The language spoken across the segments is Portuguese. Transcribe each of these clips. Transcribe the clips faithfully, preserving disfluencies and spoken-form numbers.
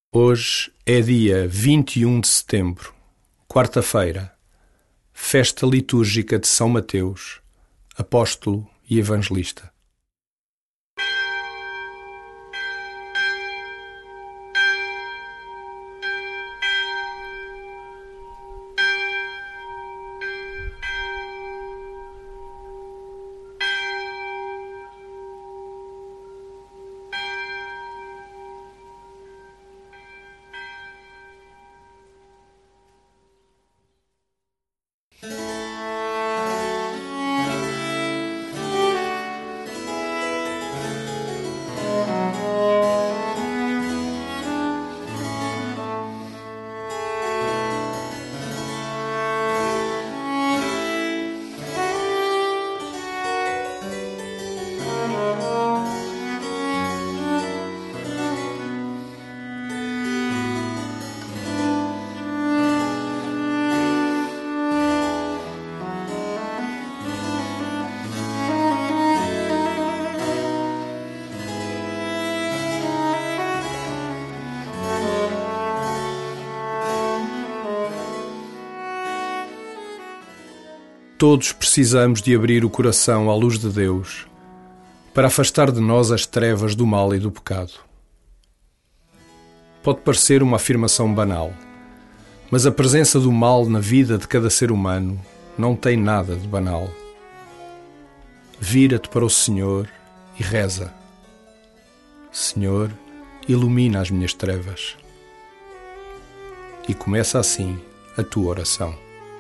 Hoje é dia vinte e um de setembro, quarta-feira, festa litúrgica de São Mateus, apóstolo e evangelista. Todos precisamos de abrir o coração à luz de Deus para afastar de nós as trevas do mal e do pecado. Pode parecer uma afirmação banal, mas a presença do mal na vida de cada ser humano não tem nada de banal. Vira-te para o Senhor e reza: Senhor, ilumina as minhas trevas. E começa assim a tua oração.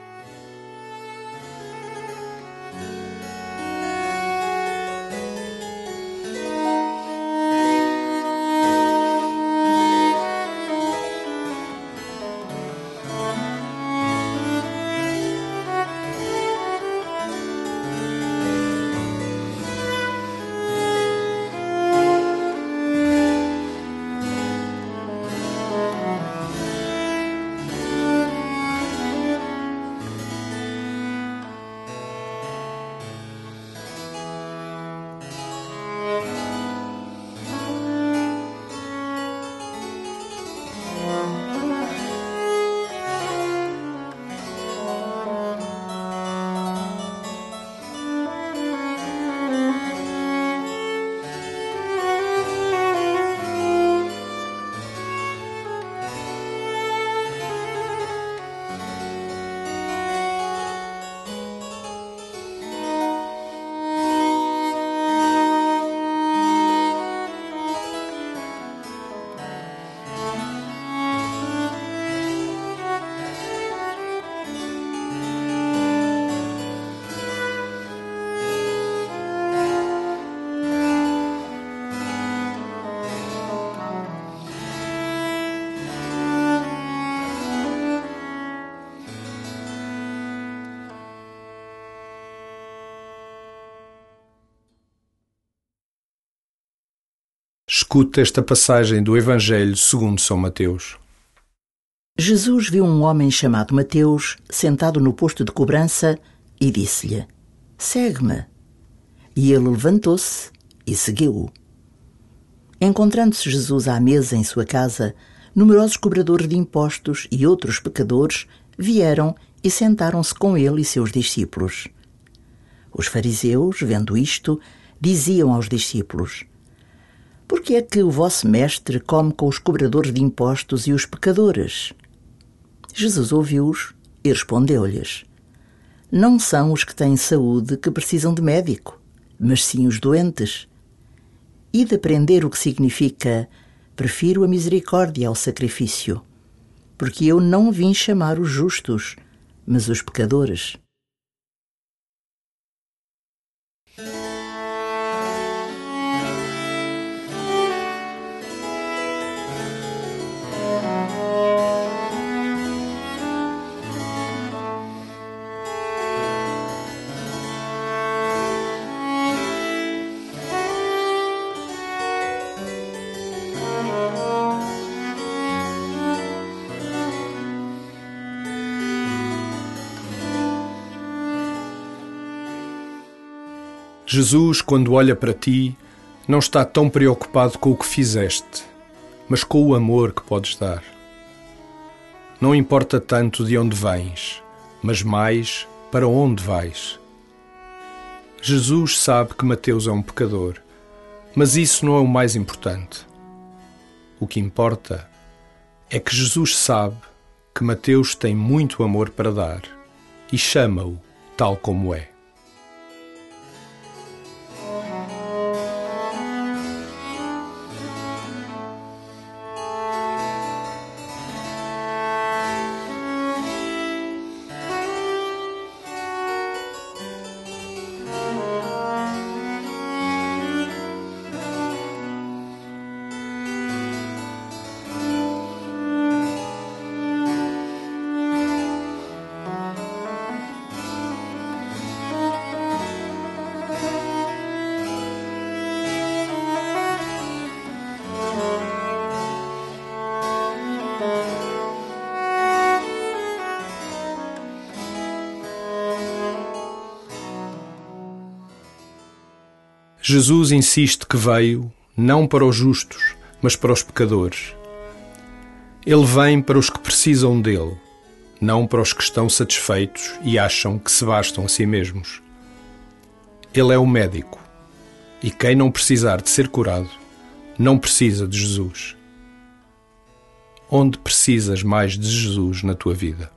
Escuta esta passagem do Evangelho segundo São Mateus. Jesus viu um homem chamado Mateus sentado no posto de cobrança e disse-lhe: Segue-me. E ele levantou-se e seguiu-o. Encontrando-se Jesus à mesa em sua casa, numerosos cobradores de impostos e outros pecadores vieram e sentaram-se com ele e seus discípulos. Os fariseus, vendo isto, diziam aos discípulos: Por que é que o vosso mestre come com os cobradores de impostos e os pecadores? Jesus ouviu-os e respondeu-lhes: Não são os que têm saúde que precisam de médico, mas sim os doentes. E de aprender o que significa: prefiro a misericórdia ao sacrifício, porque eu não vim chamar os justos, mas os pecadores. Jesus, quando olha para ti, não está tão preocupado com o que fizeste, mas com o amor que podes dar. Não importa tanto de onde vens, mas mais para onde vais. Jesus sabe que Mateus é um pecador, mas isso não é o mais importante. O que importa é que Jesus sabe que Mateus tem muito amor para dar e chama-o tal como é. Jesus insiste que veio não para os justos, mas para os pecadores. Ele vem para os que precisam dele, não para os que estão satisfeitos e acham que se bastam a si mesmos. Ele é o médico, e quem não precisar de ser curado, não precisa de Jesus. Onde precisas mais de Jesus na tua vida?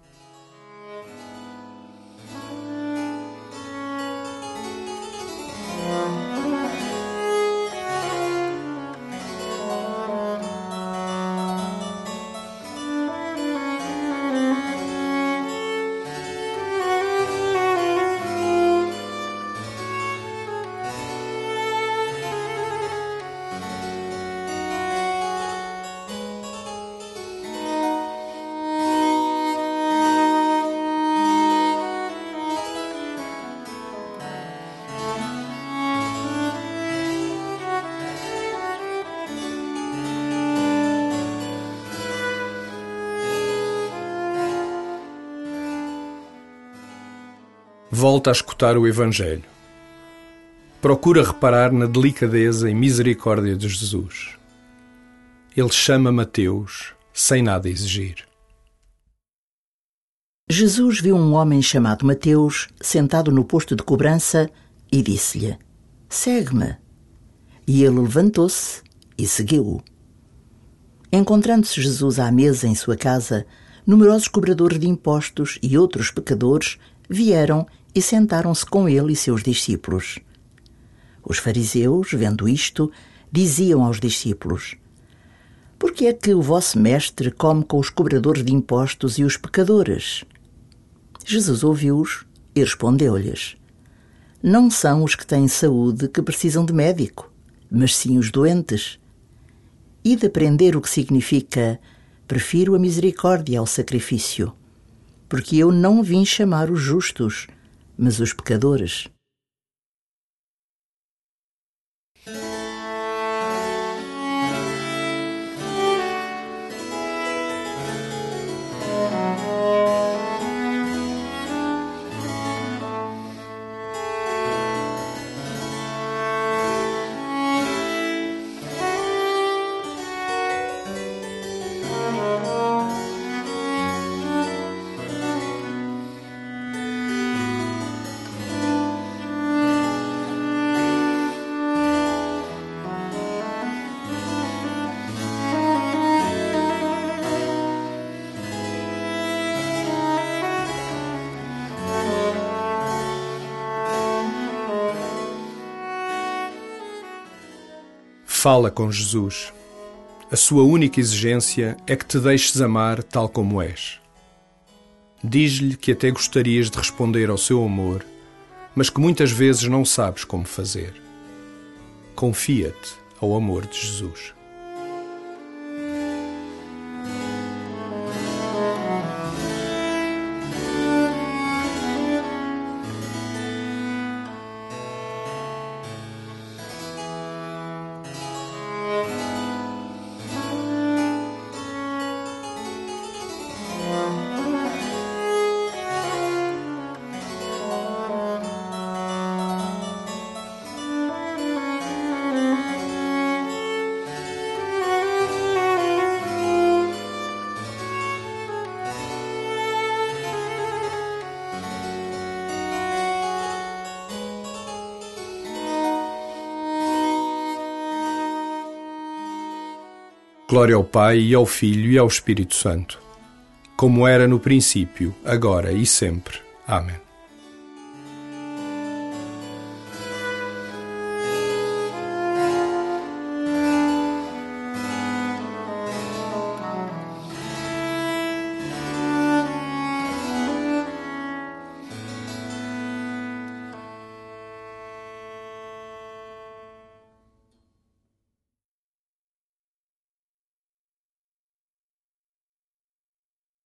Volta a escutar o Evangelho. Procura reparar na delicadeza e misericórdia de Jesus. Ele chama Mateus sem nada exigir. Jesus viu um homem chamado Mateus sentado no posto de cobrança e disse-lhe: "Segue-me." E ele levantou-se e seguiu-o. Encontrando-se Jesus à mesa em sua casa, numerosos cobradores de impostos e outros pecadores vieram e sentaram-se com ele e seus discípulos. Os fariseus, vendo isto, diziam aos discípulos: "Por que é que o vosso mestre come com os cobradores de impostos e os pecadores?" Jesus ouviu-os e respondeu-lhes: "Não são os que têm saúde que precisam de médico, mas sim os doentes. E de aprender o que significa: prefiro a misericórdia ao sacrifício, porque eu não vim chamar os justos, mas os pecadores." Fala com Jesus. A sua única exigência é que te deixes amar tal como és. Diz-lhe que até gostarias de responder ao seu amor, mas que muitas vezes não sabes como fazer. Confia-te ao amor de Jesus. Glória ao Pai, e ao Filho, e ao Espírito Santo, como era no princípio, agora e sempre. Amém.